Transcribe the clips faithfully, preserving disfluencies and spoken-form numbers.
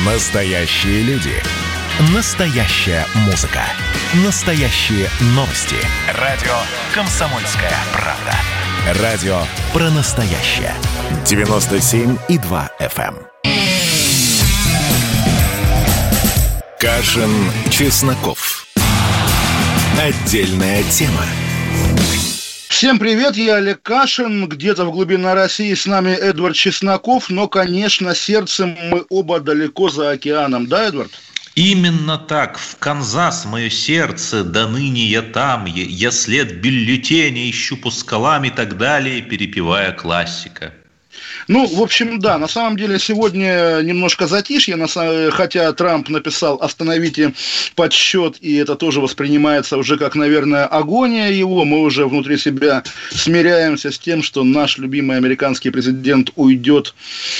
Настоящие люди. Настоящая музыка. Настоящие новости. Радио «Комсомольская правда». Радио про настоящее. девяносто семь и два эф эм. Кашин, Чесноков. Отдельная тема. Всем привет, я Олег Кашин. Где-то в глубине России с нами Эдвард Чесноков. Но, конечно, сердцем мы оба далеко за океаном. Да, Эдвард? Именно так. В Канзас мое сердце, да ныне я там. Я, я след бюллетеня ищу по скалам и так далее, перепевая классика. Ну, в общем, да, на самом деле сегодня немножко затишье, хотя Трамп написал «остановите подсчет», и это тоже воспринимается уже как, наверное, агония его. Мы уже внутри себя смиряемся с тем, что наш любимый американский президент уйдет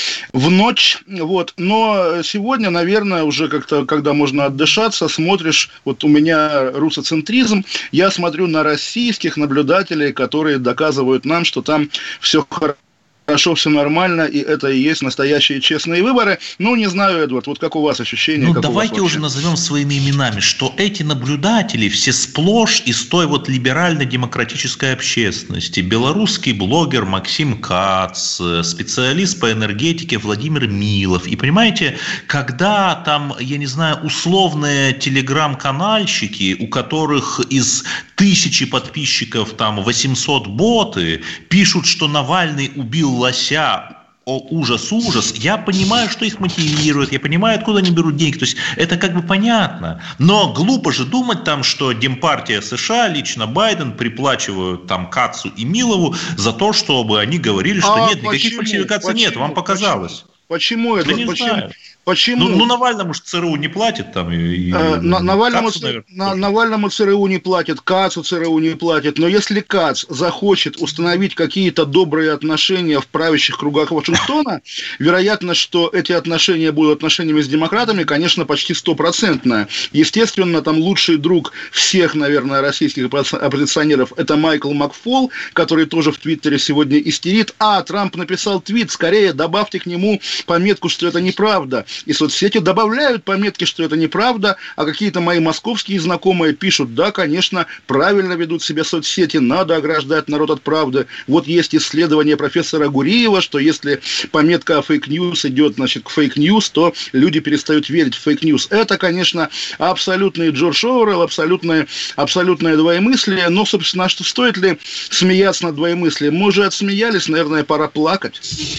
в ночь. Вот. Но сегодня, наверное, уже как-то, когда можно отдышаться, смотришь, вот у меня русоцентризм, я смотрю на российских наблюдателей, которые доказывают нам, что там все хорошо. Хорошо, все нормально, и это и есть настоящие честные выборы. Ну, не знаю, Эдвард, вот как у вас ощущение? Ну, давайте уже назовем своими именами, что эти наблюдатели все сплошь из той вот либерально-демократической общественности. Белорусский блогер Максим Кац, специалист по энергетике Владимир Милов. И понимаете, когда там, я не знаю, условные телеграм-канальщики, у которых из тысячи подписчиков там восемьсот боты, пишут, что Навальный убил лося, о, ужас, ужас, я понимаю, что их мотивирует, я понимаю, откуда они берут деньги, то есть это как бы понятно, но глупо же думать там, что Демпартия США, лично Байден приплачивают там Кацу и Милову за то, чтобы они говорили, что а нет, никаких фальсификаций нет, вам показалось. Почему, почему это? Да не почему? знаю. Почему? Ну, ну, Навальному же ЦРУ не платит там. И, э, на, Навальному, Кацу, наверное, на, Навальному ЦРУ не платит, Кацу ЦРУ не платит. Но если Кац захочет установить какие-то добрые отношения в правящих кругах Вашингтона, вероятно, что эти отношения будут отношениями с демократами, конечно, почти стопроцентная. Естественно, там лучший друг всех, наверное, российских оппозиционеров – это Майкл Макфол, который тоже в Твиттере сегодня истерит. А, Трамп написал твит, скорее добавьте к нему пометку, что это неправда. И соцсети добавляют пометки, что это неправда, а какие-то мои московские знакомые пишут, да, конечно, правильно ведут себя соцсети, надо ограждать народ от правды. Вот есть исследование профессора Гуриева, что если пометка фейк-ньюс идет, значит, к фейк-ньюс, то люди перестают верить в фейк-ньюс. Это, конечно, абсолютный Джордж Оруэлл, абсолютное, абсолютное двоемыслие, но, собственно, что стоит ли смеяться над двоемыслием? Мы уже отсмеялись, наверное, пора плакать.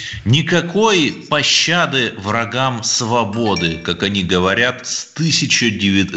Никакой пощады врагам свободы, как они говорят, с тысяча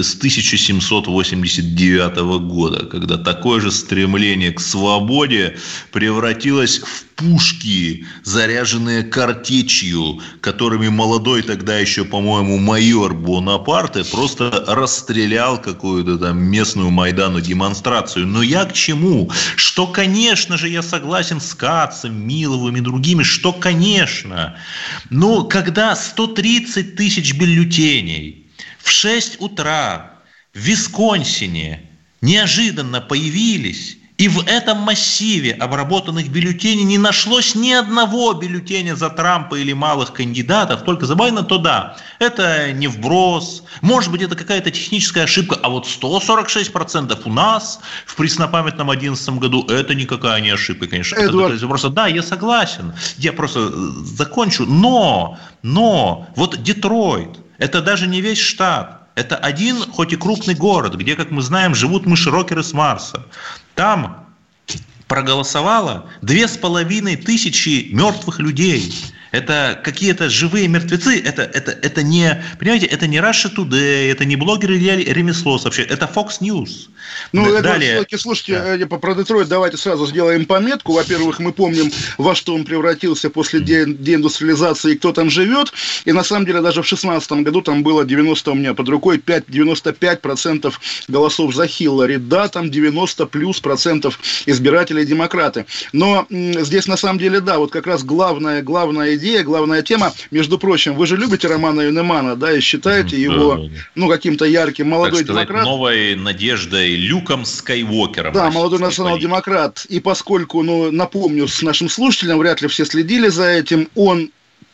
семьсот восемьдесят девятого года, когда такое же стремление к свободе превратилось в пушки, заряженные картечью, которыми молодой тогда еще, по-моему, майор Бонапарте просто расстрелял какую-то там местную Майдану демонстрацию. Но я к чему? Что, конечно же, я согласен с Кацем, Миловым и другими, что, конечно, но когда сто тридцать тысяч бюллетеней в шесть утра в Висконсине неожиданно появились, и в этом массиве обработанных бюллетеней не нашлось ни одного бюллетеня за Трампа или малых кандидатов, только за Байдена, то да, это не вброс, может быть, это какая-то техническая ошибка, а вот сто сорок шесть процентов у нас в преснопамятном одиннадцатом году это никакая не ошибка, конечно. Это, это просто, да, я согласен, я просто закончу, но, но, вот Детройт, это даже не весь штат. Это один, хоть и крупный город, где, как мы знаем, живут мыши-рокеры с Марса. Там проголосовало две с половиной тысячи мертвых людей. Это какие-то живые мертвецы, это, это, это не, понимаете, это не Russia Today, это не блогеры или ремесло сообщают, это Fox News. Ну, Д- это далее... все-таки, слушайте, да. Про Детройт давайте сразу сделаем пометку. Во-первых, мы помним, во что он превратился после де- деиндустриализации и кто там живет. И на самом деле даже в шестнадцатом году там было девяносто, у меня под рукой, девяносто пять процентов голосов за Хиллари. Да, там девяносто плюс процентов избирателей демократы. Но м- здесь на самом деле, да, вот как раз главная, главная идея, главная тема. Между прочим, вы же любите Романа Юнемана, да, и считаете его, ну, каким-то ярким молодой так сказать, демократ. Новой надеждой, Люком Скайуокером. Да, молодой национал-демократ. И поскольку, ну, напомню, с нашим слушателям, вряд ли все следили за этим, он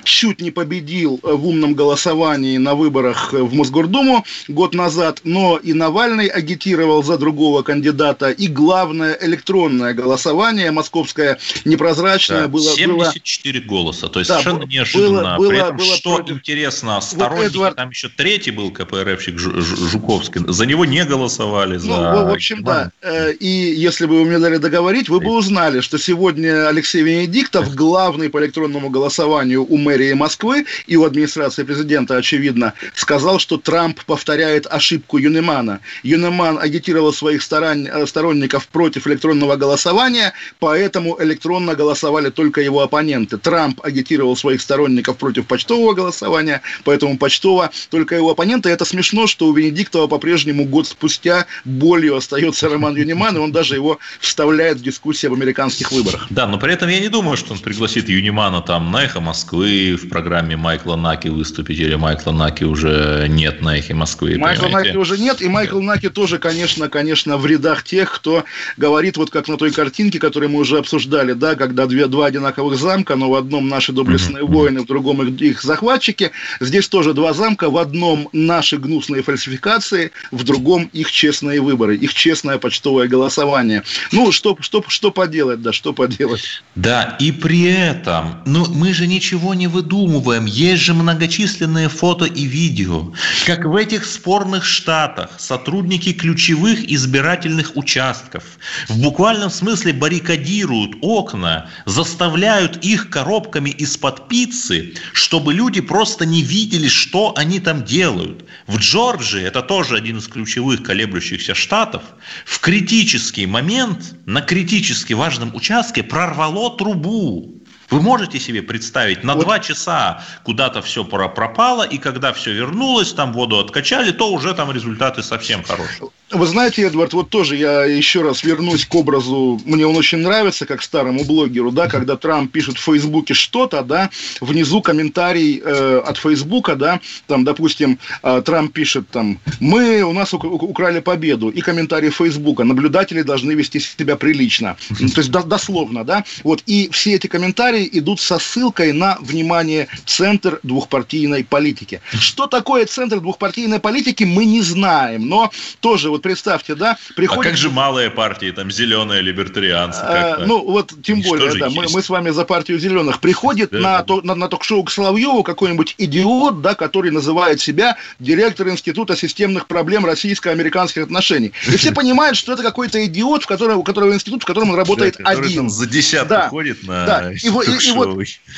чуть не победил в умном голосовании на выборах в Мосгордуму год назад, но и Навальный агитировал за другого кандидата, и главное, электронное голосование московское непрозрачное да, было... семьдесят четыре было... голоса, то есть да, совершенно неожиданно. Было, При этом, было что против... интересно, сторонники, вот Эдвард... там еще третий был КПРФщик Жуковский, за него не голосовали. За... Ну, в общем, да. И если бы вы мне дали договорить, вы бы узнали, что сегодня Алексей Венедиктов, главный по электронному голосованию у мэрии Москвы и у администрации президента, очевидно, сказал, что Трамп повторяет ошибку Юнемана. Юнеман агитировал своих сторон... сторонников против электронного голосования, поэтому электронно голосовали только его оппоненты. Трамп агитировал своих сторонников против почтового голосования, поэтому почтово только его оппоненты. Это смешно, что у Венедиктова по-прежнему год спустя болью остается Роман Юниман, и он даже его вставляет в дискуссии об американских выборах. Да, но при этом я не думаю, что он пригласит Юнимана там на «Эхо Москвы» в программе Майкла Наки выступить, или Майкла Наки уже нет на «Эхе Москвы». Майкла Наки уже нет, и Майкл Наки тоже, конечно, конечно, в рядах тех, кто говорит, вот как на той картинке, которую мы уже обсуждали, да, когда две, два одинаковых замка, но в одном наши доблестные mm-hmm. воины, в другом их, их захватчики. Здесь тоже два замка, в одном наши гнусные фальсификации, в другом их честные выборы, их честное почтовое голосование. Ну, что, что, что поделать, да, что поделать. Да, и при этом, ну, мы же ничего не выдумываем, есть же многочисленные фото и видео, как в этих спорных штатах сотрудники ключевых избирательных участков в буквальном смысле баррикадируют окна, заставляют их коробками из-под пиццы, чтобы люди просто не видели, что они там делают. В Джорджии, это тоже один из ключевых колеблющихся штатов, в критический момент, на критически важном участке прорвало трубу. Вы можете себе представить, на вот. два часа куда-то все пропало, и когда все вернулось, там воду откачали, то уже там результаты совсем хорошие. Вы знаете, Эдвард, вот тоже я еще раз вернусь к образу, мне он очень нравится, как старому блогеру, да, когда Трамп пишет в Фейсбуке что-то, да, внизу комментарий э, от Фейсбука, да, там, допустим, э, Трамп пишет там, мы, у нас украли победу, и комментарий Фейсбука, наблюдатели должны вести себя прилично, то есть дословно, да, вот, и все эти комментарии идут со ссылкой на, внимание, центр двухпартийной политики. Что такое центр двухпартийной политики, мы не знаем, но тоже вот представьте, да, приходит... А как же малые партии, там, зеленые, либертарианцы? А, ну, вот, тем и более, да, мы, мы с вами за партию зеленых. Приходит да, на, да. То, на, на ток-шоу к Соловьеву какой-нибудь идиот, да, который называет себя директор Института системных проблем российско-американских отношений. И все понимают, что это какой-то идиот, в котором, у которого институт, в котором он работает да, один. Там за десятку да, ходит на да. И, и, и вот,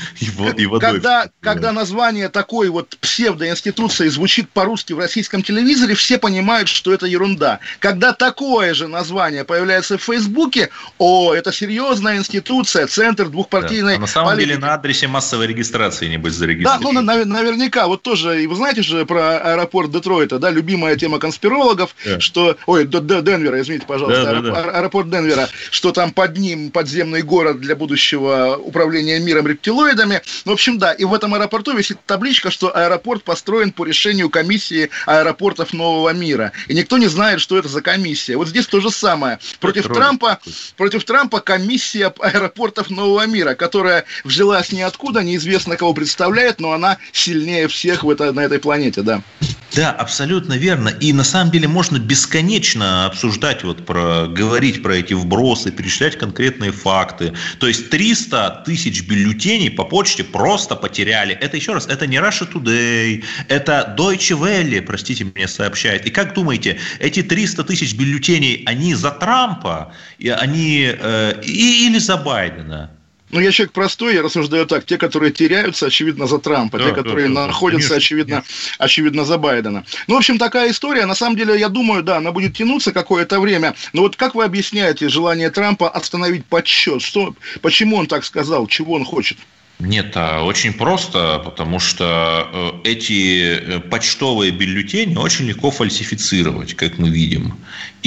и, и когда, когда название такой вот псевдоинституции звучит по-русски в российском телевизоре, все понимают, что это ерунда. Когда такое же название появляется в Фейсбуке, о, это серьезная институция, центр двухпартийной да. а на самом политики. деле на адресе массовой регистрации, небось, зарегистрирован. Да, ну, нав- наверняка, вот тоже, и вы знаете же про аэропорт Детройта, да, любимая тема конспирологов, да. что, ой, Денвера, извините, пожалуйста, да, да, да. аэропорт Денвера, что там под ним подземный город для будущего управления миром рептилоидами. В общем, да, и в этом аэропорту висит табличка, что аэропорт построен по решению комиссии аэропортов Нового мира. И никто не знает, что это за комиссия. Вот здесь то же самое. Против Трампа, против Трампа комиссия аэропортов Нового мира, которая взялась ниоткуда, неизвестно кого представляет, но она сильнее всех в это, на этой планете, да. Да, абсолютно верно. И на самом деле можно бесконечно обсуждать, вот про, говорить про эти вбросы, перечислять конкретные факты. То есть триста тысяч бюллетеней по почте просто потеряли. Это, еще раз, это не Russia Today, это Deutsche Welle, простите меня, сообщает. И как думаете, эти триста тысяч бюллетеней, они за Трампа, и они, э, и, или за Байдена? Ну, я человек простой, я рассуждаю так. Те, которые теряются, очевидно, за Трампа. Да, те, которые да, находятся, конечно, очевидно, конечно. очевидно, за Байдена. Ну, в общем, такая история. На самом деле, я думаю, да, она будет тянуться какое-то время. Но вот как вы объясняете желание Трампа остановить подсчет? Что, почему он так сказал? Чего он хочет? Нет, очень просто, потому что эти почтовые бюллетени очень легко фальсифицировать, как мы видим.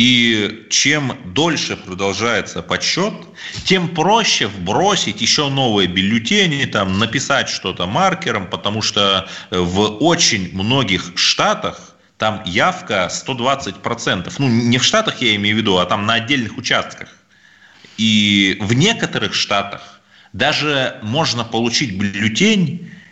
И чем дольше продолжается подсчет, тем проще вбросить еще новые бюллетени, там, написать что-то маркером, потому что в очень многих штатах там явка сто двадцать процентов. Ну, не в штатах я имею в виду, а там на отдельных участках. И в некоторых штатах даже можно получить бюллетень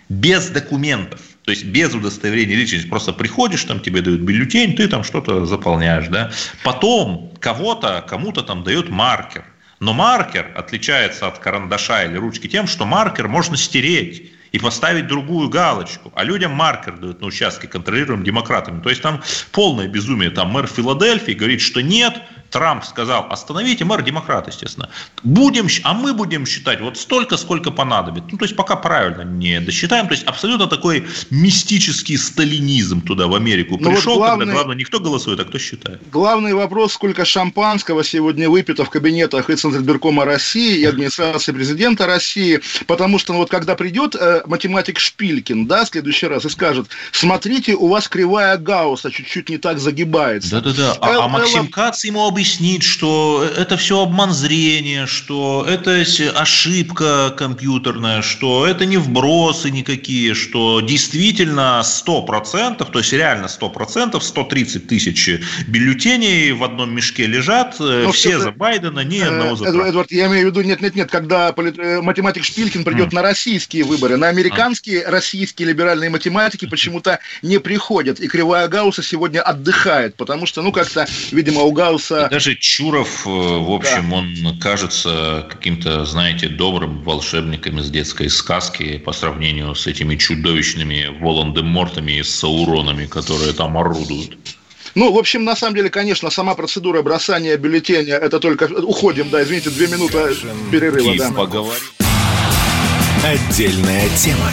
без документов. То есть без удостоверения личности. Просто приходишь, там тебе дают бюллетень, ты там что-то заполняешь. Да? Потом кого-то, кому-то там дают маркер. Но маркер отличается от карандаша или ручки тем, что маркер можно стереть и поставить другую галочку. А людям маркер дают на участке, контролируемым демократами. То есть там полное безумие. Там мэр Филадельфии говорит, что нет. Трамп сказал, остановите, мэр демократ, естественно. Будем, а мы будем считать вот столько, сколько понадобится. Ну, то есть пока правильно не досчитаем. То есть абсолютно такой мистический сталинизм туда в Америку Но пришел, вот главный, когда главное не кто голосует, а кто считает. Главный вопрос, сколько шампанского сегодня выпито в кабинетах и Центральбанка России, и администрации президента России. Потому что ну, вот когда придет э, математик Шпилькин, да, в следующий раз и скажет, смотрите, у вас кривая Гаусса чуть-чуть не так загибается. Да-да-да. А, а Максим Кац ему объяснить, что это все обман зрения, что это ошибка компьютерная, что это не вбросы никакие, что действительно сто процентов, то есть реально сто процентов, сто тридцать тысяч бюллетеней в одном мешке лежат, но все это, за Байдена, ни одного за Трампа. Эдвард, я имею в виду, нет-нет-нет, когда математик Шпилькин придет mm. на российские выборы, на американские mm. российские либеральные математики почему-то не приходят, и кривая Гаусса сегодня отдыхает, потому что, ну, как-то, видимо, у Гаусса... Даже Чуров, в общем, да. он кажется каким-то, знаете, добрым волшебником из детской сказки по сравнению с этими чудовищными Волан-де-Мортами и Сауронами, которые там орудуют. Ну, в общем, на самом деле, конечно, сама процедура бросания бюллетеня, это только... Уходим, да, извините, две минуты Кашин, перерыва. Да. Поговорим. Отдельная тема.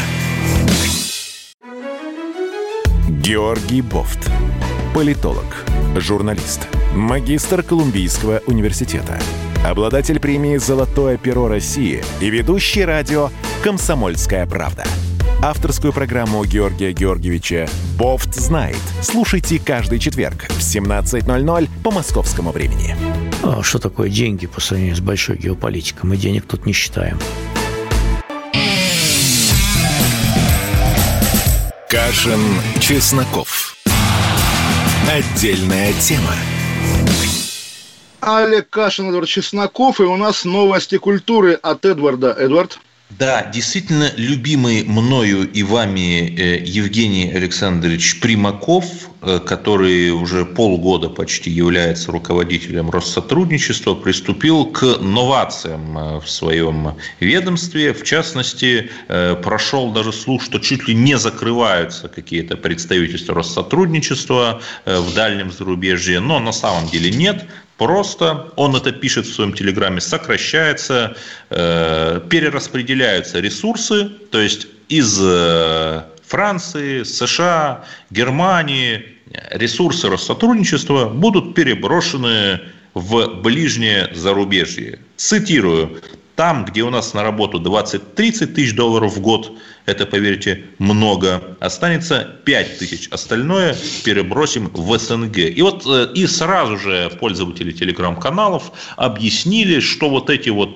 Георгий Бофт. Политолог, журналист, магистр Колумбийского университета, обладатель премии «Золотое перо России» и ведущий радио «Комсомольская правда». Авторскую программу Георгия Георгиевича «Бофт знает». Слушайте каждый четверг в семнадцать ноль ноль по московскому времени. А что такое деньги по сравнению с большой геополитикой? Мы денег тут не считаем. Кашин, Чесноков. Отдельная тема. Олег Кашин, Эдвард Чесноков, и у нас новости культуры от Эдварда. Эдвард? Да, действительно, любимый мною и вами Евгений Александрович Примаков, который уже полгода почти является руководителем Россотрудничества, приступил к новациям в своем ведомстве. В частности, прошел даже слух, что чуть ли не закрываются какие-то представительства Россотрудничества в дальнем зарубежье, но на самом деле нет. Просто он это пишет в своем телеграме, сокращается, э, перераспределяются ресурсы, то есть из э, Франции, США, Германии ресурсы Россотрудничества будут переброшены в ближнее зарубежье. Цитирую. Там, где у нас на работу двадцать-тридцать тысяч долларов в год, это, поверьте, много, останется пять тысяч. Остальное перебросим в СНГ. И вот и сразу же пользователи телеграм-каналов объяснили, что вот эти вот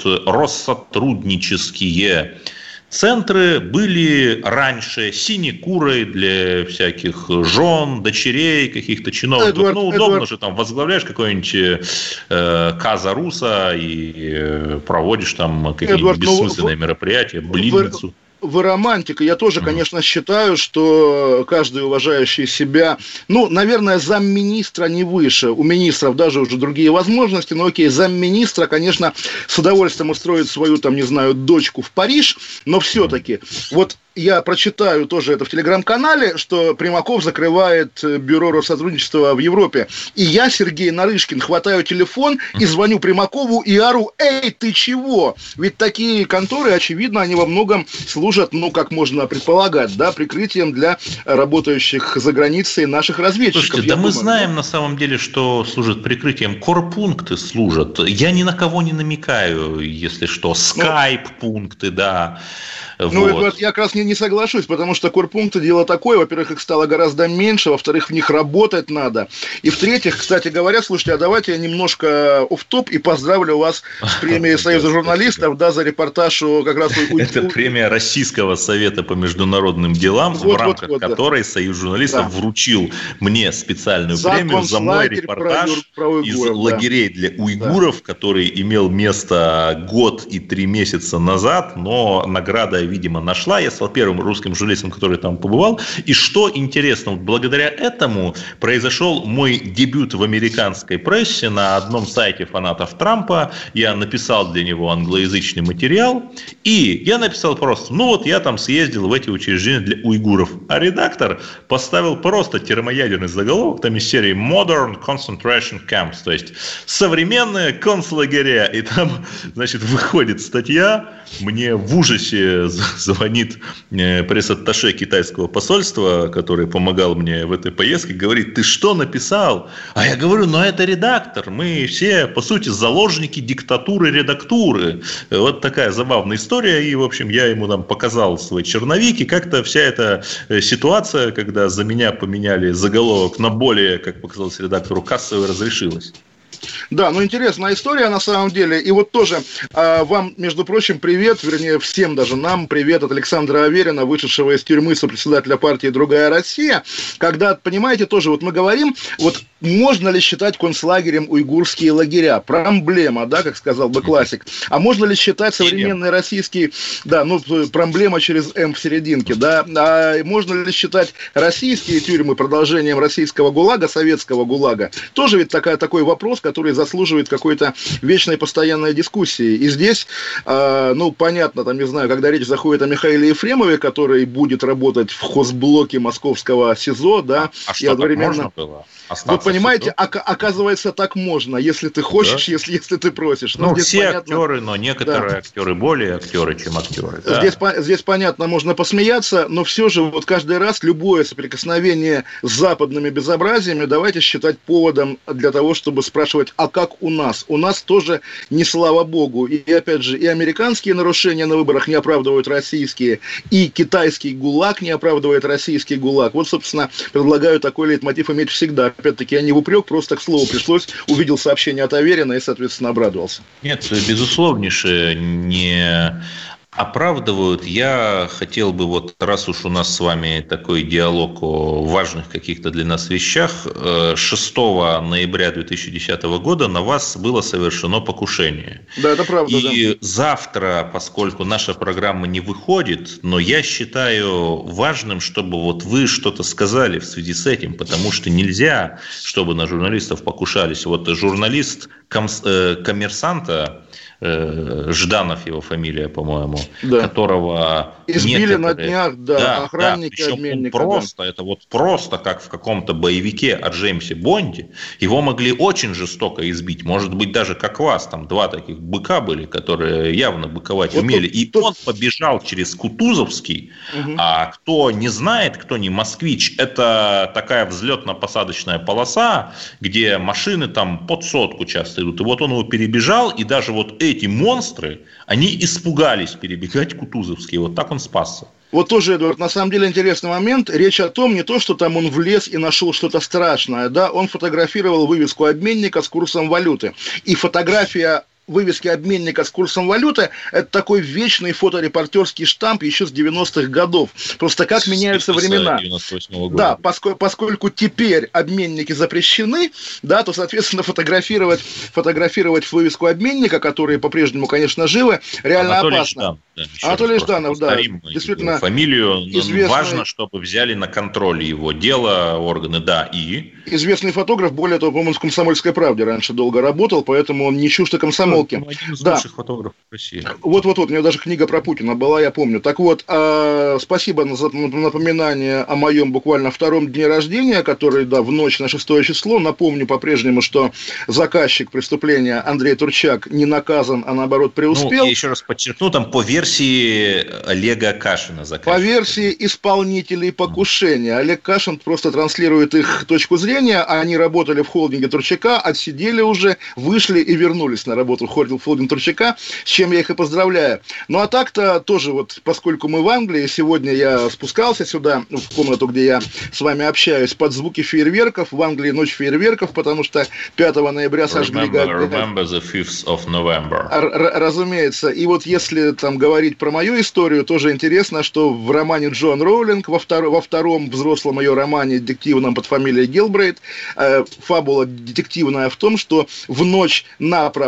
россотруднические центры были раньше синекурой для всяких жен, дочерей, каких-то чиновников. Эдвард, ну, удобно Эдвард. же, там, возглавляешь какой-нибудь э, Каза Руса и э, проводишь там какие-нибудь Эдвард, бессмысленные ну, мероприятия, блинницу. Вы романтик. Я тоже, конечно, считаю, что каждый уважающий себя, ну, наверное, замминистра не выше. У министров даже уже другие возможности, но окей, замминистра, конечно, с удовольствием устроит свою, там, не знаю, дочку в Париж, но все-таки, вот я прочитаю тоже это в телеграм-канале, что Примаков закрывает бюро Россотрудничества в Европе. И я, Сергей Нарышкин, хватаю телефон и звоню Примакову и ору: «Эй, ты чего?» Ведь такие конторы, очевидно, они во многом служат, ну, как можно предполагать, да, прикрытием для работающих за границей наших разведчиков. Слушайте, да думаю, мы знаем, да? на самом деле, что служат прикрытием. Корпункты служат. Я ни на кого не намекаю, если что. Скайп-пункты, да. Ну, вот. Эдуард, я как раз не, не соглашусь, потому что корпункты дело такое. Во-первых, их стало гораздо меньше, во-вторых, в них работать надо. И в-третьих, кстати говоря, слушайте, а давайте я немножко офф-топ и поздравлю вас с премией Союза журналистов, да, за репортаж как раз... Это премия Российского совета по международным делам, в рамках которой Союз журналистов вручил мне специальную премию за мой репортаж из лагерей для уйгуров, который имел место год и три месяца назад, но награда, видимо, нашла. Я стал первым русским журналистом, который там побывал. И что интересно, вот благодаря этому произошел мой дебют в американской прессе на одном сайте фанатов Трампа. Я написал для него англоязычный материал, и я написал просто, ну вот я там съездил в эти учреждения для уйгуров. А редактор поставил просто термоядерный заголовок, там из серии Modern Concentration Camps, то есть современные концлагеря. И там, значит, выходит статья, мне в ужасе звонит пресс-атташе китайского посольства, который помогал мне в этой поездке, говорит, ты что написал? А я говорю, ну это редактор, мы все, по сути, заложники диктатуры редактуры. Вот такая забавная история, и, в общем, я ему там показал свой черновик, и как-то вся эта ситуация, когда за меня поменяли заголовок на более, как показалось редактору, кассовый, разрешилась. Да, ну интересная история на самом деле. И вот тоже э, вам, между прочим, привет, вернее, всем даже нам привет от Александра Аверина, вышедшего из тюрьмы сопредседателя партии «Другая Россия». Когда, понимаете, тоже вот мы говорим, вот можно ли считать концлагерем уйгурские лагеря? Проблема, да, как сказал бы классик. А можно ли считать современные российские, да, ну, проблема через «М» в серединке, да, а можно ли считать российские тюрьмы продолжением российского ГУЛАГа, советского ГУЛАГа? Тоже ведь такая, такой вопрос, который заслуживает какой-то вечной постоянной дискуссии. И здесь, э, ну, понятно, там, не знаю, когда речь заходит о Михаиле Ефремове, который будет работать в хозблоке московского СИЗО, да, а, а и одновременно... можно было? Вы понимаете, ока- оказывается, так можно, если ты хочешь, да? если, если ты просишь. Ну, все понятно... актеры, но некоторые да. актеры более актеры, чем актеры. Да. Здесь, здесь, понятно, можно посмеяться, но все же вот каждый раз любое соприкосновение с западными безобразиями давайте считать поводом для того, чтобы спрашивать, а как у нас? У нас тоже не слава богу. И опять же, и американские нарушения на выборах не оправдывают российские, и китайский ГУЛАГ не оправдывает российский ГУЛАГ. Вот, собственно, предлагаю такой лейтмотив иметь всегда. Опять-таки, я не в упрек, просто к слову пришлось, увидел сообщение от Аверина и, соответственно, обрадовался. Нет, безусловнейше не оправдывают. Я хотел бы, вот раз уж у нас с вами такой диалог о важных каких-то для нас вещах, шестого ноября две тысячи десятого года на вас было совершено покушение. Да, это правда. И да. завтра, поскольку наша программа не выходит, но я считаю важным, чтобы вот вы что-то сказали в связи с этим, потому что нельзя, чтобы на журналистов покушались. Вот журналист комс- э, коммерсанта, Жданов его фамилия, по-моему, да. которого избили некоторые... на днях, да, да охранники, да, обменника. Просто, да. это вот просто как в каком-то боевике о Джеймсе Бонде. Его могли очень жестоко избить, может быть, даже как вас, там два таких быка были, которые явно быковать вот умели. Тут, и тут... он побежал через Кутузовский, угу. а кто не знает, кто не москвич, это такая взлетно-посадочная полоса, где машины там под сотку часто идут. И вот он его перебежал, и даже вот эти монстры, они испугались перебегать Кутузовский. Вот так он спасся. Вот тоже, Эдуард, на самом деле интересный момент. Речь о том, не то, что там он влез и нашел что-то страшное, да, он фотографировал вывеску обменника с курсом валюты. И фотография вывески обменника с курсом валюты – это такой вечный фоторепортерский штамп еще с девяностых годов. Просто как с меняются времена. Да, поскольку, поскольку теперь обменники запрещены, да, то, соответственно, фотографировать, фотографировать вывеску обменника, которые по-прежнему, конечно, живы, реально Анатолий опасно. Ждан, да, Анатолий Жданов, да. Действительно, фамилию известный... важно, чтобы взяли на контроль его дело, органы, да, и... Известный фотограф, более того, по-моему, в «Комсомольской правде» раньше долго работал, поэтому он не чужд комсомолки. Один из да. лучших фотографов России. Вот-вот-вот, у меня даже книга про Путина была, я помню. Так вот, э, спасибо за напоминание о моем буквально втором дне рождения, который, да, в ночь на шестое число. Напомню по-прежнему, что заказчик преступления Андрей Турчак не наказан, а наоборот преуспел. Ну, я еще раз подчеркну, там по версии Олега Кашина заказчик. По версии исполнителей покушения. Олег Кашин просто транслирует их точку зрения. Они работали в холдинге Турчака, отсидели уже, вышли и вернулись на работу в холдинг Турчака, с чем я их и поздравляю. Ну, а так-то тоже вот, поскольку мы в Англии, сегодня я спускался сюда, в комнату, где я с вами общаюсь, под звуки фейерверков. В Англии ночь фейерверков, потому что пятого ноября сожгли... Remember, remember the fifth of November. Р- разумеется. И вот если там говорить про мою историю, тоже интересно, что в романе Джон Роулинг, во, втор- во втором взрослом ее романе детективном под фамилией Гилбрейт, э, фабула детективная в том, что в ночь на, правда, пятого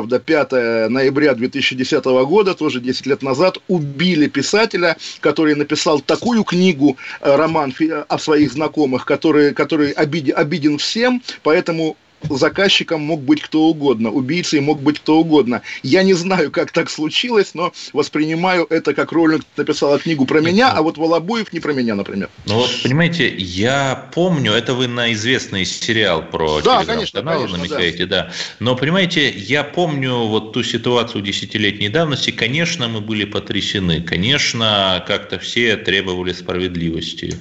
пятое ноября две тысячи десятого года, тоже десять лет назад, убили писателя, который написал такую книгу, роман о своих знакомых, который, который обиден, обиден всем, поэтому заказчиком мог быть кто угодно, убийцей мог быть кто угодно. Я не знаю, как так случилось, но воспринимаю это как Роллинг написала книгу про меня, а вот Волобуев не про меня, например. Ну вот, понимаете, я помню, это вы на известный сериал про да, телеграм-каналы намекаете, да. да. Но, понимаете, я помню вот ту ситуацию десятилетней давности, конечно, мы были потрясены, конечно, как-то все требовали справедливости.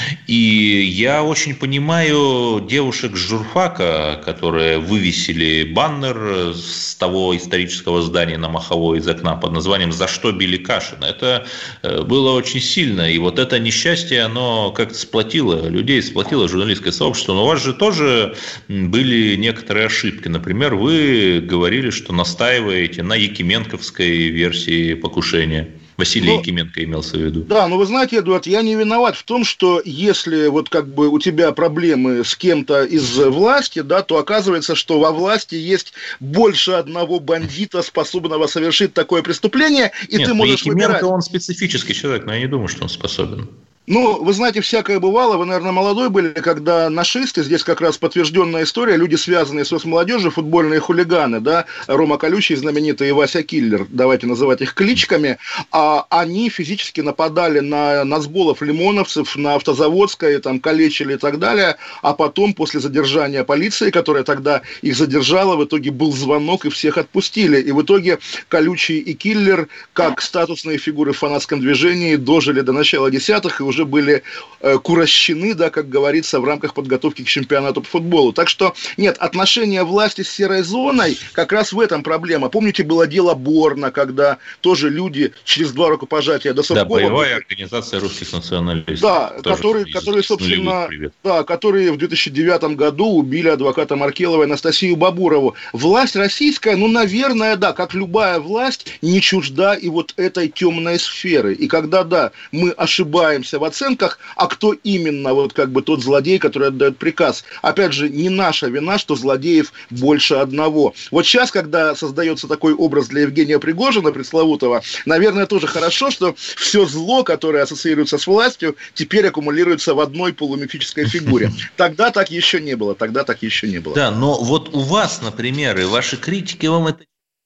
И я очень понимаю девушек с журфака, которые вывесили баннер с того исторического здания на Маховой из окна под названием «За что били Кашина?». Это было очень сильно, и вот это несчастье, оно как-то сплотило людей, сплотило журналистское сообщество. Но у вас же тоже были некоторые ошибки. Например, вы говорили, что настаиваете на якименковской версии покушения. Василий ну, Якименко имелся в виду. Да, но вы знаете, Эдуард, я не виноват в том, что если вот как бы у тебя проблемы с кем-то из власти, да, то оказывается, что во власти есть больше одного бандита, способного совершить такое преступление, и Нет, ты можешь Якименко, выбирать. Он специфический человек, но я не думаю, что он способен. Ну, вы знаете, всякое бывало. Вы, наверное, молодой были, когда нашисты, здесь как раз подтвержденная история, люди, связанные с соцмолодежью, футбольные хулиганы, да, Рома Колючий, знаменитый, и Вася Киллер, давайте называть их кличками, а они физически нападали на назболов лимоновцев, на Автозаводское, там, калечили и так далее, а потом, после задержания полиции, которая тогда их задержала, в итоге был звонок, и всех отпустили. И в итоге Колючий и Киллер, как статусные фигуры в фанатском движении, дожили до начала десятых и уже были э, курощены, да, как говорится, в рамках подготовки к чемпионату по футболу. Так что, нет, отношения власти с серой зоной, как раз в этом проблема. Помните, было дело Борна, когда тоже люди через два рукопожатия до Совкома... Да, боевая организация русских националистов. Да, которые, которые, собственно, да, которые в две тысячи девятом году убили адвоката Маркелова Анастасию Бабурову. Власть российская, ну, наверное, да, как любая власть, не чужда и вот этой темной сферы. И когда, да, мы ошибаемся в оценках, а кто именно вот как бы тот злодей, который отдает приказ. Опять же, не наша вина, что злодеев больше одного. Вот сейчас, когда создается такой образ для Евгения Пригожина, пресловутого, наверное, тоже хорошо, что все зло, которое ассоциируется с властью, теперь аккумулируется в одной полумифической фигуре. Тогда так еще не было, тогда так еще не было. Да, но вот у вас, например, и ваши критики вам это...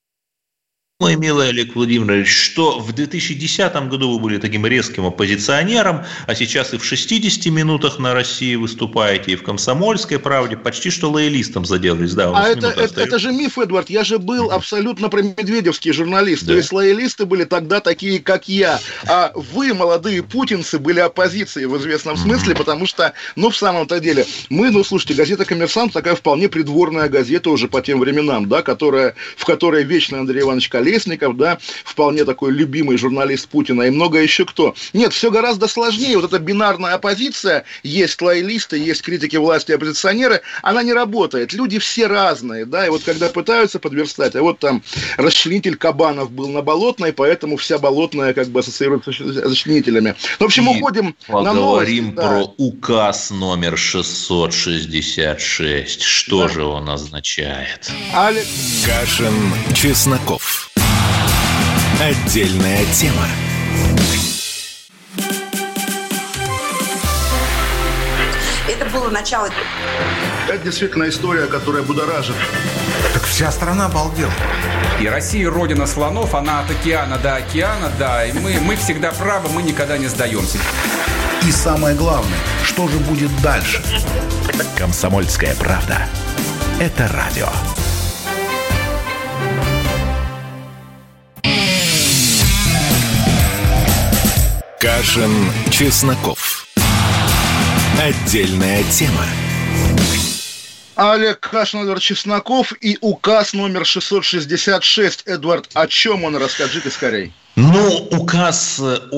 Мой милый Олег Владимирович, что в две тысячи десятом году вы были таким резким оппозиционером, а сейчас и в шестидесяти минутах на России выступаете, и в «Комсомольской правде» почти что лоялистом заделались. Да, а это, это, это же миф, Эдвард. Я же был mm-hmm. абсолютно промедведевский журналист. Да. То есть лоялисты были тогда такие, как я. А вы, молодые путинцы, были оппозицией в известном mm-hmm. смысле, потому что, ну, в самом-то деле, мы, ну, слушайте, газета «Коммерсант» такая вполне придворная газета уже по тем временам, да, которая, в которой вечно Андрей Иванович Колесников, да, вполне такой любимый журналист Путина и много еще кто. Нет, все гораздо сложнее. Вот эта бинарная оппозиция, есть лоялисты, есть критики власти, оппозиционеры, она не работает. Люди все разные, да, и вот когда пытаются подверстать, а вот там расчленитель Кабанов был на Болотной, поэтому вся Болотная как бы ассоциируется с расчленителями. В общем, и уходим на новости. Поговорим да. про указ номер шестьсот шестьдесят шесть. Что да. же он означает? Алекс Кашин, Чесноков. Отдельная тема. Это было начало. Это действительно история, которая будоражит. Так вся страна обалдела. И Россия родина слонов, она от океана до океана, да. И мы, мы всегда правы, мы никогда не сдаемся. И самое главное, что же будет дальше? «Комсомольская правда». Это радио. Кашин, Чесноков. Отдельная тема. Олег Кашин, Эдвард Чесноков и указ номер шестьсот шестьдесят шесть. Эдвард, о чем он? Расскажите скорей. Ну, указ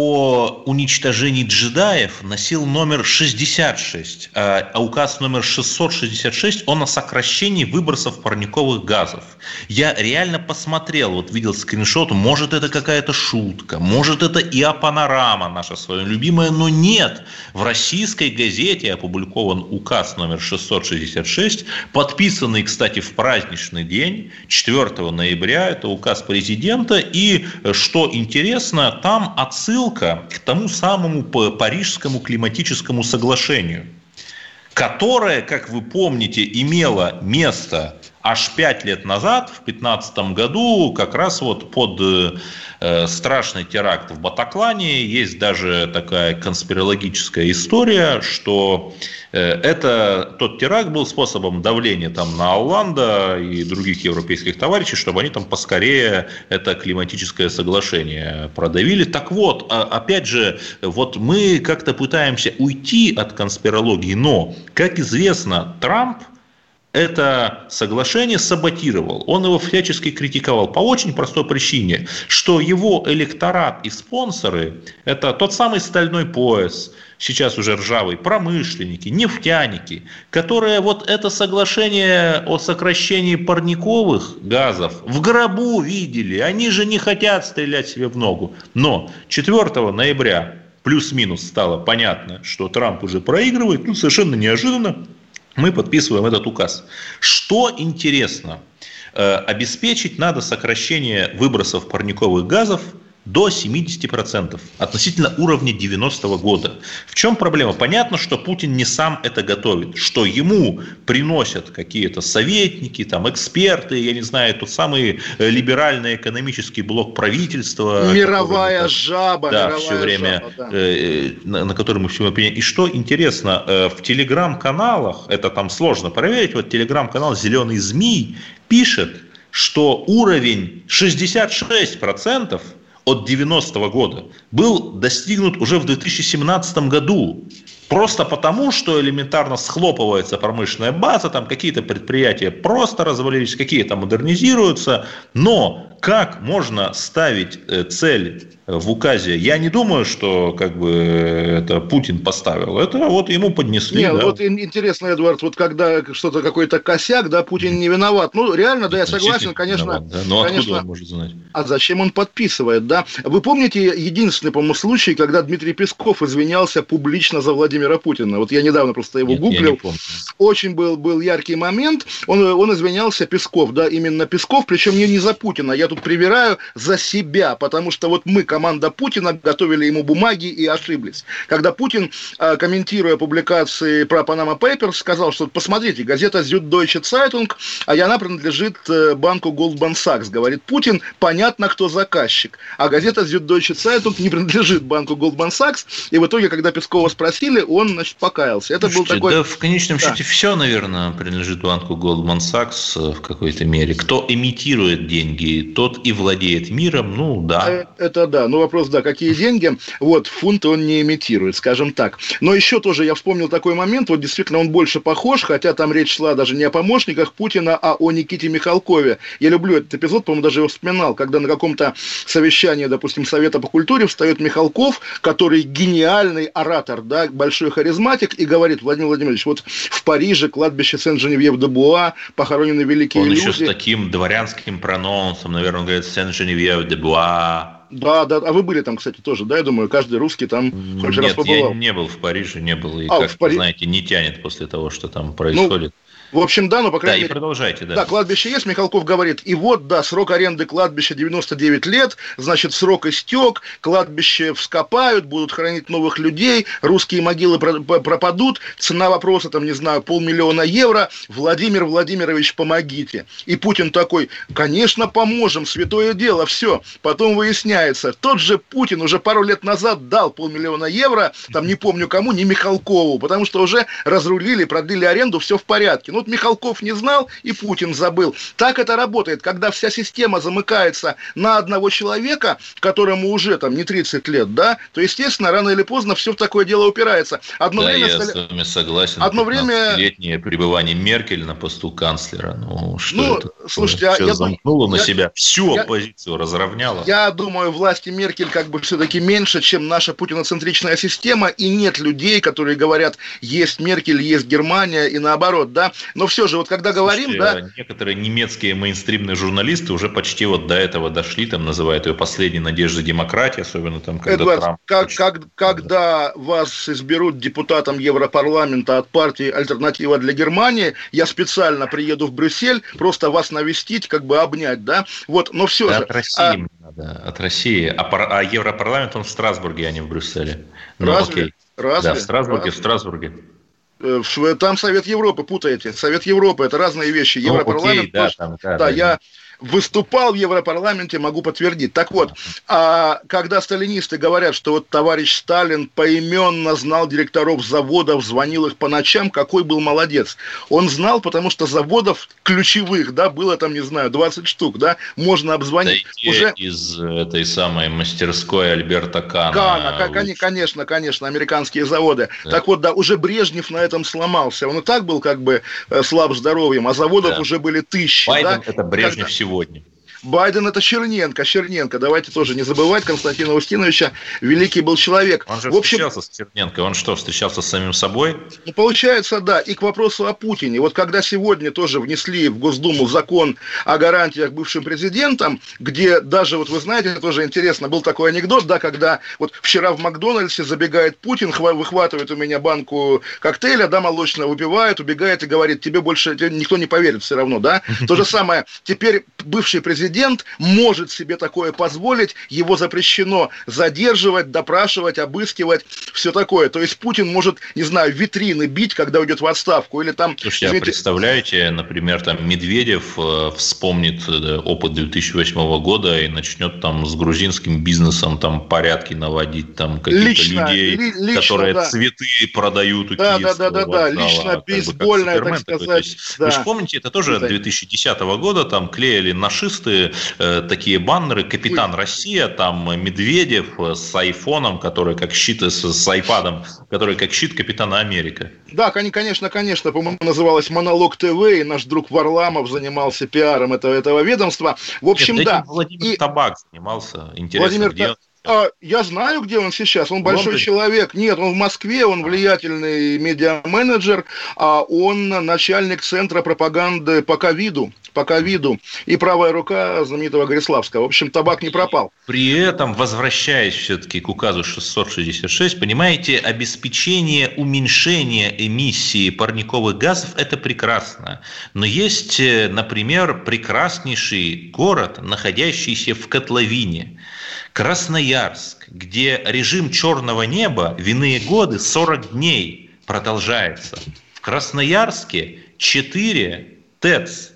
о уничтожении джедаев носил номер шестьдесят шесть, а указ номер шестьсот шестьдесят шесть, он о сокращении выбросов парниковых газов. Я реально посмотрел, вот видел скриншот, может это какая-то шутка, может это и А-панорама наша с вами любимая, но нет. В российской газете опубликован указ номер шестьсот шестьдесят шесть, подписанный, кстати, в праздничный день, четвёртого ноября, это указ президента, и что интересно, Интересно, там отсылка к тому самому Парижскому климатическому соглашению, которое, как вы помните, имело место аж пять лет назад, в две тысячи пятнадцатом году, как раз вот под э, страшный теракт в Батаклане. Есть даже такая конспирологическая история, что э, это, тот теракт был способом давления там, на Олланда и других европейских товарищей, чтобы они там поскорее это климатическое соглашение продавили. Так вот, опять же, вот мы как-то пытаемся уйти от конспирологии, но, как известно, Трамп это соглашение саботировал. Он его всячески критиковал по очень простой причине, что его электорат и спонсоры – это тот самый стальной пояс, сейчас уже ржавый, промышленники, нефтяники, которые вот это соглашение о сокращении парниковых газов в гробу видели. Они же не хотят стрелять себе в ногу. Но четвёртого ноября плюс-минус стало понятно, что Трамп уже проигрывает, ну совершенно неожиданно. Мы подписываем этот указ. Что интересно, э, обеспечить надо сокращение выбросов парниковых газов до семьдесят процентов относительно уровня девяностого года. В чем проблема? Понятно, что Путин не сам это готовит, что ему приносят какие-то советники, там, эксперты, я не знаю, тот самый либеральный экономический блок правительства. Мировая который, жаба. Да, мировая все время, жаба, да. э, на, на который мы все время принимаем. И что интересно, э, в телеграм-каналах, это там сложно проверить, вот телеграм-канал «Зеленый змей» пишет, что уровень шестьдесят шесть процентов от девяностого года был достигнут уже в две тысячи семнадцатом году. Просто потому, что элементарно схлопывается промышленная база, там какие-то предприятия просто развалились, какие-то модернизируются. Но как можно ставить цель в указе? Я не думаю, что как бы это Путин поставил. Это вот ему поднесли. Нет, да. Вот интересно, Эдуард, вот когда что-то какой-то косяк, да, Путин не виноват. Ну, реально, да, я согласен, конечно. Виноват, да? Но конечно, откуда он может знать? А зачем он подписывает, да? Вы помните единственный, по-моему, случай, когда Дмитрий Песков извинялся публично за Владимира Путина? Вот я недавно просто его Нет, гуглил. Очень был, был яркий момент. Он, он извинялся, Песков, да, именно Песков, причем не, не за Путина. Я тут привираю за себя, потому что вот мы, команда Путина, готовили ему бумаги и ошиблись. Когда Путин, комментируя публикации про Panama Papers, сказал, что посмотрите, газета Süddeutsche Zeitung, а она принадлежит банку Goldman Sachs, говорит Путин, понятно, кто заказчик. А газета Süddeutsche Zeitung не принадлежит банку Goldman Sachs, и в итоге, когда Пескова спросили, он, значит, покаялся. Это Слушайте, был такой... Да, в конечном да. счете все, наверное, принадлежит банку Goldman Sachs в какой-то мере. Кто имитирует деньги, тот и владеет миром, ну да. Это да, ну вопрос, да, какие деньги, вот, фунт он не имитирует, скажем так. Но еще тоже я вспомнил такой момент, вот действительно он больше похож, хотя там речь шла даже не о помощниках Путина, а о Никите Михалкове. Я люблю этот эпизод, по-моему, даже его вспоминал, когда на каком-то совещании, допустим, Совета по культуре встает Михалков, который гениальный оратор, да, большой харизматик, и говорит: Владимир Владимирович, вот в Париже кладбище Сен-Женевьев-де-Буа, похоронены великие он люди. Он еще с таким дворянским прононсом, наверное, он говорит Сен-Женевьев-де-Буа. Да, да, а вы были там, кстати, тоже, да, я думаю, каждый русский там хоть раз побывал. Нет, я не был в Париже, не был, и, а, как Пари... вы знаете, не тянет после того, что там происходит. Ну... В общем, да, но по крайней мере... мере... Да, и продолжайте, да. Да, кладбище есть, Михалков говорит, и вот, да, срок аренды кладбища девяносто девять лет, значит, срок истек, кладбище вскопают, будут хоронить новых людей, русские могилы пропадут, цена вопроса, там, не знаю, полмиллиона евро, Владимир Владимирович, помогите. И Путин такой: конечно, поможем, святое дело, все. Потом выясняется, тот же Путин уже пару лет назад дал полмиллиона евро, там, не помню кому, не Михалкову, потому что уже разрулили, продлили аренду, все в порядке. Ну вот Михалков не знал, и Путин забыл. Так это работает, когда вся система замыкается на одного человека, которому уже там не тридцать лет, да, то, естественно, рано или поздно все в такое дело упирается. Одно да, время я стали... с вами согласен. Одно время... Летнее пребывание Меркель на посту канцлера. Ну, что ну это? Слушайте, Все я замкнуло я... на себя, всю я... оппозицию разровняло. Я думаю, власти Меркель как бы все-таки меньше, чем наша путиноцентричная система, и нет людей, которые говорят, есть Меркель, есть Германия, и наоборот, да. Но все же, вот когда говорим, Слушайте, да... некоторые немецкие мейнстримные журналисты уже почти вот до этого дошли, там называют ее последней надеждой демократии, особенно там, когда Эдуард, Трамп... как, как, когда вас изберут депутатом Европарламента от партии «Альтернатива для Германии», я специально приеду в Брюссель, просто вас навестить, как бы обнять, да, вот, но все да же... От России а... мне надо, от России, а, пар... а Европарламент, он в Страсбурге, а не в Брюсселе. Ну, разве? Окей. Разве? Да, в Страсбурге, разве? в Страсбурге. Там Совет Европы, путаете. Совет Европы – это разные вещи. Ну, Европарламент окей, да, тоже... там, да, да, да, я... да. выступал в Европарламенте, могу подтвердить. Так вот, а когда сталинисты говорят, что вот товарищ Сталин поименно знал директоров заводов, звонил их по ночам, какой был молодец. Он знал, потому что заводов ключевых, да, было там, не знаю, двадцать штук, да, можно обзвонить. Да, уже из этой самой мастерской Альберта Кана. Кана, вот. Конечно, конечно, американские заводы. Да. Так вот, да, уже Брежнев на этом сломался. Он и так был как бы слаб здоровьем, а заводов да. уже были тысячи. Байден да? это Брежнев Когда... сегодня. Байден это Черненко, Черненко. Давайте тоже не забывать Константина Устиновича. Великий был человек. Он же в общем, встречался с Черненко. Он что, встречался с самим собой? Ну, получается, да. И к вопросу о Путине. Вот когда сегодня тоже внесли в Госдуму закон о гарантиях бывшим президентам, где даже, вот вы знаете, тоже интересно, был такой анекдот, да, когда вот вчера в Макдональдсе забегает Путин, выхватывает у меня банку коктейля, да, молочного, выпивает, убегает и говорит, тебе больше тебе никто не поверит все равно, да. То же самое. Теперь бывший президент может себе такое позволить, его запрещено задерживать, допрашивать, обыскивать, все такое. То есть Путин может, не знаю, витрины бить, когда уйдет в отставку, или там... Слушайте, извините... а представляете, например, там Медведев э, вспомнит э, опыт две тысячи восьмого года и начнет там с грузинским бизнесом там порядки наводить, там каких-то лично, людей, ли, лично, которые да. цветы продают у да, Киевского да, да, да, вокзала, лично бейсбольная, так сказать. Есть, да. Вы же помните, это тоже две тысячи десятого года, там клеили нашисты э, такие баннеры, «Капитан Ой. Россия», там Медведев с айфоном, который как щит, с, с айпадом, который как щит Капитана Америка. Да, конечно, конечно, по-моему, называлось «Монолог ТВ», и наш друг Варламов занимался пиаром этого, этого ведомства. В общем, Нет, да. Владимир и... Табак занимался, интересно, Владимир где Та... А, я знаю, где он сейчас. Он большой Лондон? человек. Нет, он в Москве, он влиятельный медиа-менеджер, а он начальник центра пропаганды по ковиду. По ковиду. И правая рука знаменитого Гориславского. В общем, Табак не пропал. При этом, возвращаясь все-таки к указу шестьсот шестьдесят шесть, понимаете, обеспечение уменьшения эмиссии парниковых газов – это прекрасно. Но есть, например, прекраснейший город, находящийся в котловине. Красноярск, где режим черного неба в иные годы сорок дней продолжается. В Красноярске четыре ТЭЦ,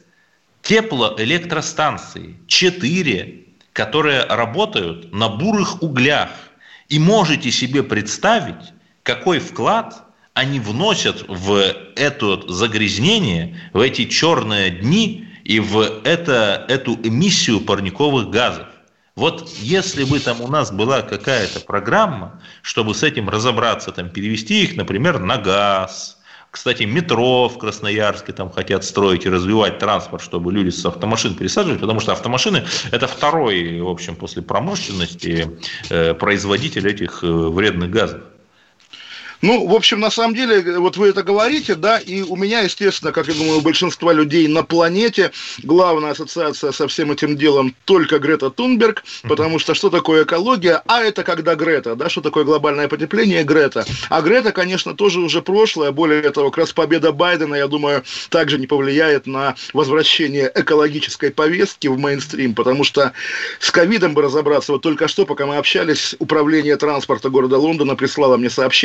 теплоэлектростанции, четыре, которые работают на бурых углях. И можете себе представить, какой вклад они вносят в это загрязнение, в эти черные дни и в это, эту эмиссию парниковых газов. Вот если бы там у нас была какая-то программа, чтобы с этим разобраться, там, перевести их, например, на газ. Кстати, метро в Красноярске там хотят строить и развивать транспорт, чтобы люди с автомашин пересаживали, потому что автомашины – это второй, в общем, после промышленности производитель этих вредных газов. Ну, в общем, на самом деле, вот вы это говорите, да, и у меня, естественно, как я думаю, у большинства людей на планете главная ассоциация со всем этим делом только Грета Тунберг, потому что что такое экология? А это когда Грета, да, что такое глобальное потепление? Грета. А Грета, конечно, тоже уже прошлое, более того, как раз победа Байдена, я думаю, также не повлияет на возвращение экологической повестки в мейнстрим, потому что с ковидом бы разобраться, вот только что, пока мы общались, управление транспорта города Лондона прислало мне сообщение, что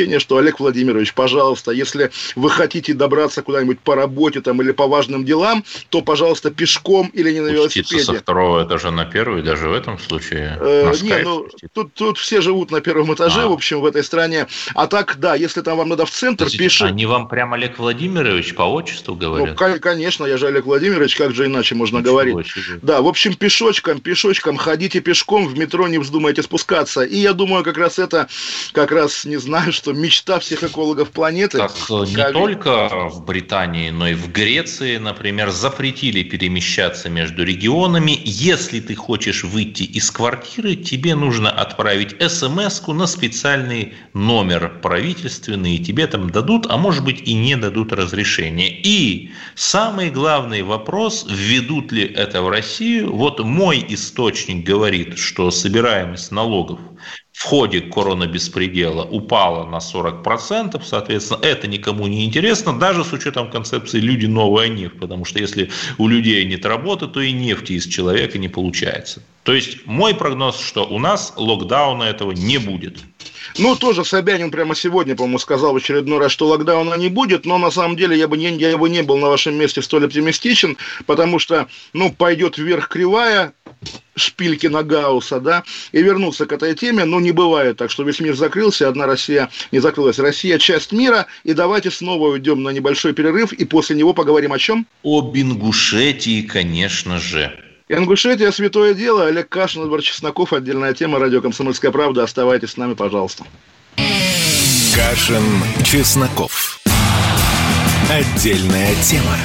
Олег Владимирович, пожалуйста, если вы хотите добраться куда-нибудь по работе там, или по важным делам, то, пожалуйста, пешком или не на велосипеде. Спуститься со второго этажа на первый, даже в этом случае? Э, не, ну, тут, тут все живут на первом этаже, а. в общем, в этой стране. А так, да, если там вам надо в центр, пишите. Они вам прям Олег Владимирович по отчеству говорят? Ну, конечно, я же Олег Владимирович, как же иначе можно Ничего говорить. Себе. Да, в общем, пешочком, пешочком, ходите пешком, в метро не вздумайте спускаться. И я думаю, как раз это, как раз, не знаю, что мечта всех экологов планеты. Так не как... только в Британии, но и в Греции, например, запретили перемещаться между регионами. Если ты хочешь выйти из квартиры, тебе нужно отправить смс-ку на специальный номер правительственный, и тебе там дадут, а может быть и не дадут разрешение. И самый главный вопрос, введут ли это в Россию. Вот мой источник говорит, что собираемость налогов в ходе коронабеспредела упала на сорок процентов, соответственно, это никому не интересно, даже с учетом концепции «люди новая нефть», потому что если у людей нет работы, то и нефти из человека не получается. То есть мой прогноз, что у нас локдауна этого не будет. Ну, тоже Собянин прямо сегодня, по-моему, сказал в очередной раз, что локдауна не будет, но на самом деле я бы не, я бы не был на вашем месте столь оптимистичен, потому что, ну, пойдет вверх кривая Шпилькина Гаусса, да, и вернуться к этой теме, ну, не бывает так, что весь мир закрылся, одна Россия не закрылась. Россия – часть мира, и давайте снова уйдем на небольшой перерыв, и после него поговорим о чем? Об Ингушетии, конечно же. Ингушетия – святое дело. Олег Кашин, Эдвард Чесноков. Отдельная тема. Радио «Комсомольская правда». Оставайтесь с нами, пожалуйста. Кашин, Чесноков. Отдельная тема.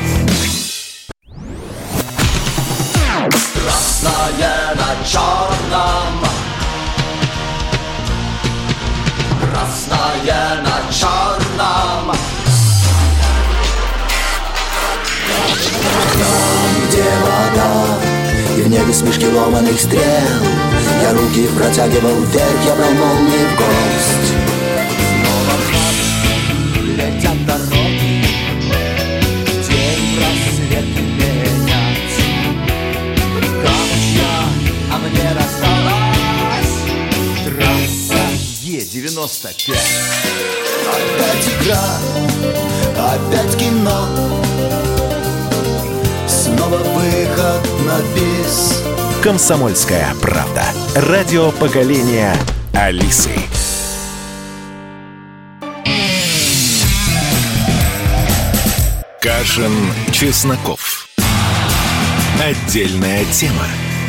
Красное на черном. Красное на черном. Там, где вода, и в небе смешки ломаных стрел, я руки протягивал вверх, я брал молнии в гость. Снова в летят дороги, день рассвет менять. Камушья, а мне рассталась трасса Е девяносто пять. Опять игра, опять кино. Снова выход на бис. «Комсомольская правда». Радио поколения Алисы. Кашин, Чесноков. Отдельная тема.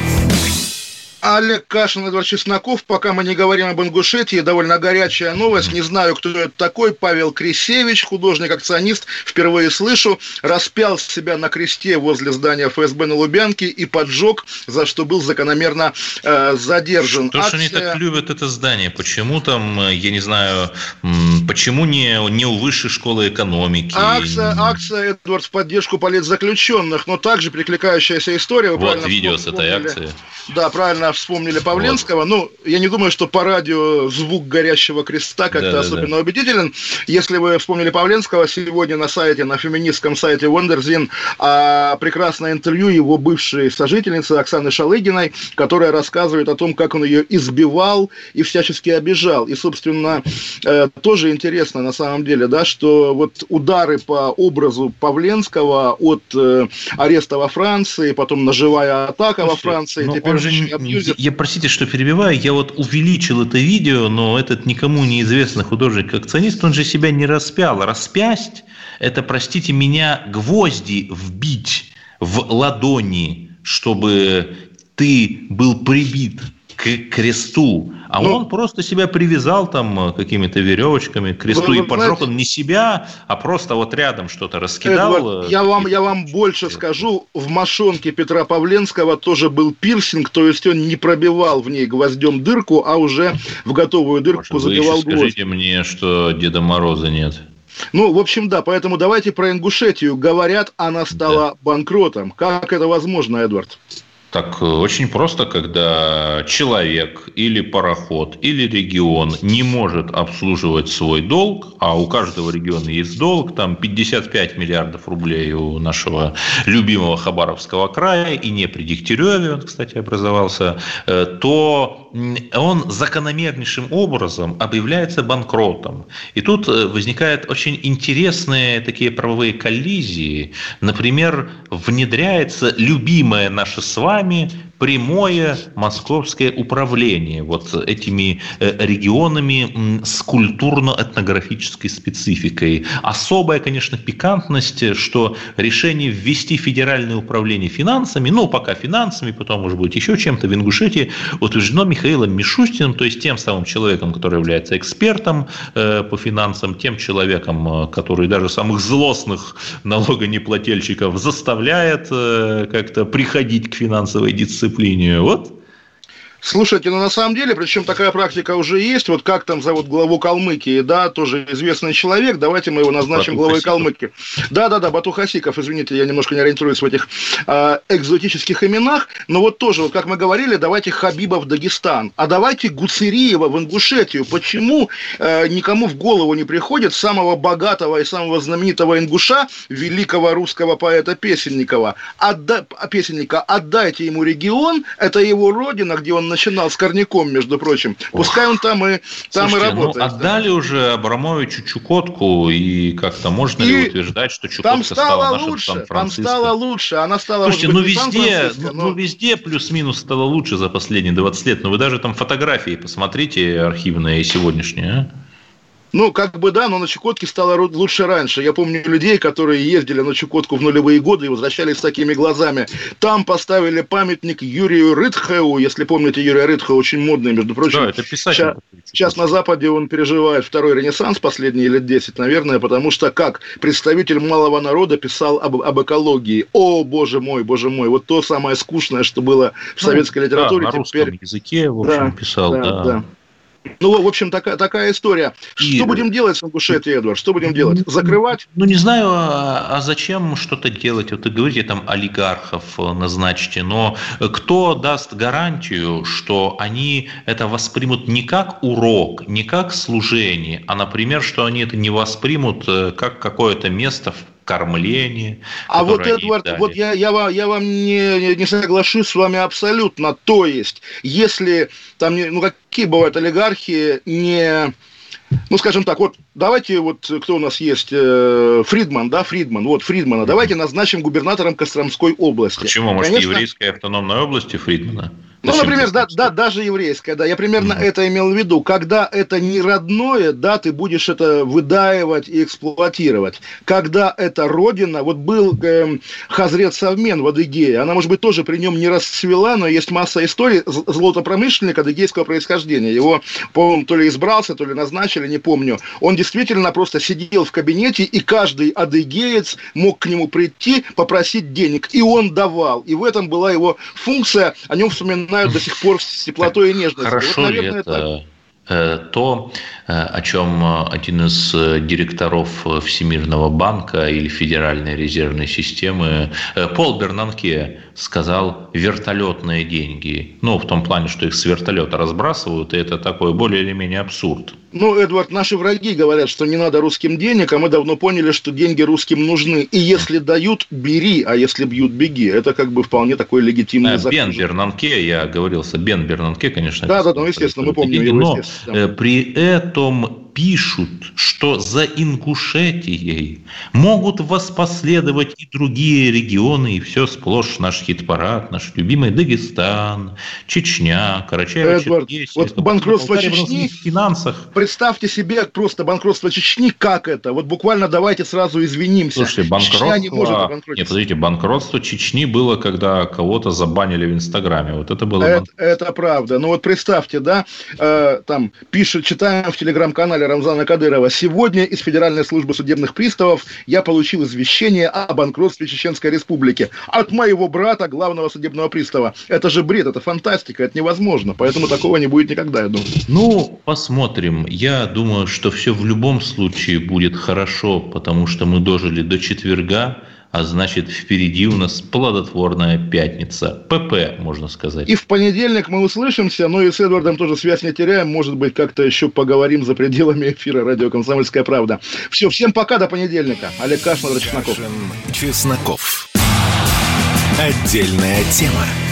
Олег Кашин, Эдвард Чесноков. Пока мы не говорим об Ингушетии, довольно горячая новость. Не знаю, кто это такой. Павел Крисевич, художник-акционист. Впервые слышу. Распял себя на кресте возле здания эф эс бэ на Лубянке и поджег, за что был закономерно э, задержан. Что Акция... ж они так любят это здание? Почему там, я не знаю, почему не, не у высшей школы экономики? Акция, акция, Эдвард, в поддержку политзаключенных, но также перекликающаяся история. Вы вот видео с этой акции. Да, правильно вспомнили Павленского. Вот. Ну, я не думаю, что по радио звук горящего креста как-то да, особенно да, да. убедителен. Если вы вспомнили Павленского, сегодня на сайте, на феминистском сайте Wonderzine а, прекрасное интервью его бывшей сожительницы Оксаны Шалыгиной, которая рассказывает о том, как он ее избивал и всячески обижал. И, собственно, э, тоже интересно на самом деле, да, что вот удары по образу Павленского от э, ареста во Франции, потом ножевая атака Слушай, во Франции, теперь же, я, простите, что перебиваю, я вот увеличил это видео, но этот никому неизвестный художник-акционист, он же себя не распял. Распясть – это, простите меня, гвозди вбить в ладони, чтобы ты был прибит к кресту, а ну, он просто себя привязал там какими-то веревочками к кресту, вы, вы и поджег знаете, он не себя, а просто вот рядом что-то раскидал. Эдвард, я, вам, я вам больше скажу, в мошонке Петра Павленского тоже был пирсинг, то есть он не пробивал в ней гвоздем дырку, а уже в готовую дырку Может, забивал гвоздь. Скажите мне, что Деда Мороза нет. Ну, в общем, да, поэтому давайте про Ингушетию. Говорят, она стала да. банкротом. Как это возможно, Эдвард? Так очень просто, когда человек или пароход, или регион не может обслуживать свой долг, а у каждого региона есть долг, там пятьдесят пять миллиардов рублей у нашего любимого Хабаровского края, и не при Дегтяреве, он, кстати, образовался, то он закономернейшим образом объявляется банкротом. И тут возникают очень интересные такие правовые коллизии. Например, внедряется любимое наше с вами прямое московское управление вот этими регионами с культурно-этнографической спецификой. Особая, конечно, пикантность, что решение ввести федеральное управление финансами, ну, пока финансами, потом, может быть, еще чем-то в Ингушетии, утверждено Михаилом Мишустиным, то есть тем самым человеком, который является экспертом по финансам, тем человеком, который даже самых злостных налогонеплательщиков заставляет как-то приходить к финансовой дисциплине. Вот. Слушайте, ну на самом деле, причем такая практика уже есть, вот как там зовут главу Калмыкии, да, тоже известный человек, давайте мы его назначим Бату главой Хасиков. Калмыкии. Да-да-да, Бату Хасиков, извините, я немножко не ориентируюсь в этих э, экзотических именах, но вот тоже, вот как мы говорили, давайте Хабиба в Дагестан, а давайте Гуцериева в Ингушетию. Почему э, никому в голову не приходит самого богатого и самого знаменитого ингуша, великого русского поэта Песенникова, Отда... Песенника, отдайте ему регион, это его родина, где он начинал с Корняком, между прочим. Пускай он там и, там Слушайте, и работает. Ну, отдали да. уже Абрамовичу Чукотку, и как-то можно и ли утверждать, что Чукотка стала нашим лучше, Сан-Франциско? Там стало лучше. Она стала, Слушайте, ну, быть, везде, но... ну везде плюс-минус стало лучше за последние двадцать лет. Но вы даже там фотографии посмотрите архивные и сегодняшние, а? Ну, как бы да, но на Чукотке стало лучше раньше. Я помню людей, которые ездили на Чукотку в нулевые годы и возвращались с такими глазами. Там поставили памятник Юрию Рытхеу. Если помните, Юрий Рытхеу очень модный, между прочим. Да, это писатель. Сейчас, сейчас на Западе он переживает второй ренессанс, последние лет десять, наверное, потому что как представитель малого народа писал об, об экологии. О, боже мой, боже мой, вот то самое скучное, что было в ну, советской литературе. Да, на русском теперь... языке, в общем, да, писал, да. да. да. Ну, в общем, такая, такая история. И... Что будем делать с Ингушетией, Эдвард? Что будем делать? Закрывать? Ну, не знаю, а, а зачем что-то делать? Вот вы говорите, там, олигархов назначьте, но кто даст гарантию, что они это воспримут не как урок, не как служение, а, например, что они это не воспримут как какое-то место в кормление. А вот, Эдвард, вот я, я вам, я вам не, не соглашусь с вами абсолютно. То есть, если там, ну, какие бывают олигархи, не... Ну, скажем так, вот давайте, вот кто у нас есть, э, Фридман, да, Фридман, вот Фридмана, mm-hmm. давайте назначим губернатором Костромской области. Почему? Может, Конечно... еврейской автономной области Фридмана? Ну, Зачем например, да, да, даже еврейская, да, я примерно mm-hmm. это имел в виду. Когда это не родное, да, ты будешь это выдаивать и эксплуатировать. Когда это родина, вот был э, Хазрет Савмен в Адыгее, она, может быть, тоже при нем не расцвела, но есть масса историй золотопромышленника адыгейского происхождения. Его, по-моему, то ли избрался, то ли назначили, не помню. Он действительно просто сидел в кабинете, и каждый адыгеец мог к нему прийти, попросить денег, и он давал. И в этом была его функция, о нем вспоминают до сих пор с теплотой и нежностью. Хорошо вот, наверное, ли это так. То, о чем один из директоров Всемирного банка или Федеральной резервной системы Пол Бернанке сказал: вертолетные деньги. Ну, в том плане, что их с вертолета разбрасывают, и это такой более или менее абсурд. Ну, Эдвард, наши враги говорят, что не надо русским денег, а мы давно поняли, что деньги русским нужны. И если дают, бери, а если бьют, беги. Это как бы вполне такой легитимный а, закон. Бен Бернанке, я оговорился, Бен Бернанке, конечно. Да, да, ну, естественно, мы помним деньги, его, но естественно. При этом пишут, что за Ингушетией могут воспоследовать и другие регионы, и все сплошь наш хит-парад, наш любимый Дагестан, Чечня, Карачаево-Черкесия. Вот банкротство Чечни, в финансах. Представьте себе просто банкротство Чечни, как это? Вот буквально давайте сразу извинимся. Слушайте, банкротство... не может обанкротиться. Нет, подождите, банкротство Чечни было, когда кого-то забанили в Инстаграме. Вот это было... Это, это правда. Ну вот представьте, да, э, там пишет, читаем в телеграм-канале Рамзана Кадырова: сегодня из Федеральной службы судебных приставов я получил извещение о банкротстве Чеченской Республики от моего брата, главного судебного пристава. Это же бред, это фантастика, это невозможно. Поэтому такого не будет никогда, я думаю. Ну, посмотрим. Я думаю, что все в любом случае будет хорошо, потому что мы дожили до четверга, а значит, впереди у нас плодотворная пятница. ПП, можно сказать. И в понедельник мы услышимся, но и с Эдвардом тоже связь не теряем. Может быть, как-то еще поговорим за пределами эфира радио «Комсомольская правда». Все, всем пока, до понедельника. Олег Кашин, Чесноков. Чесноков. Отдельная тема.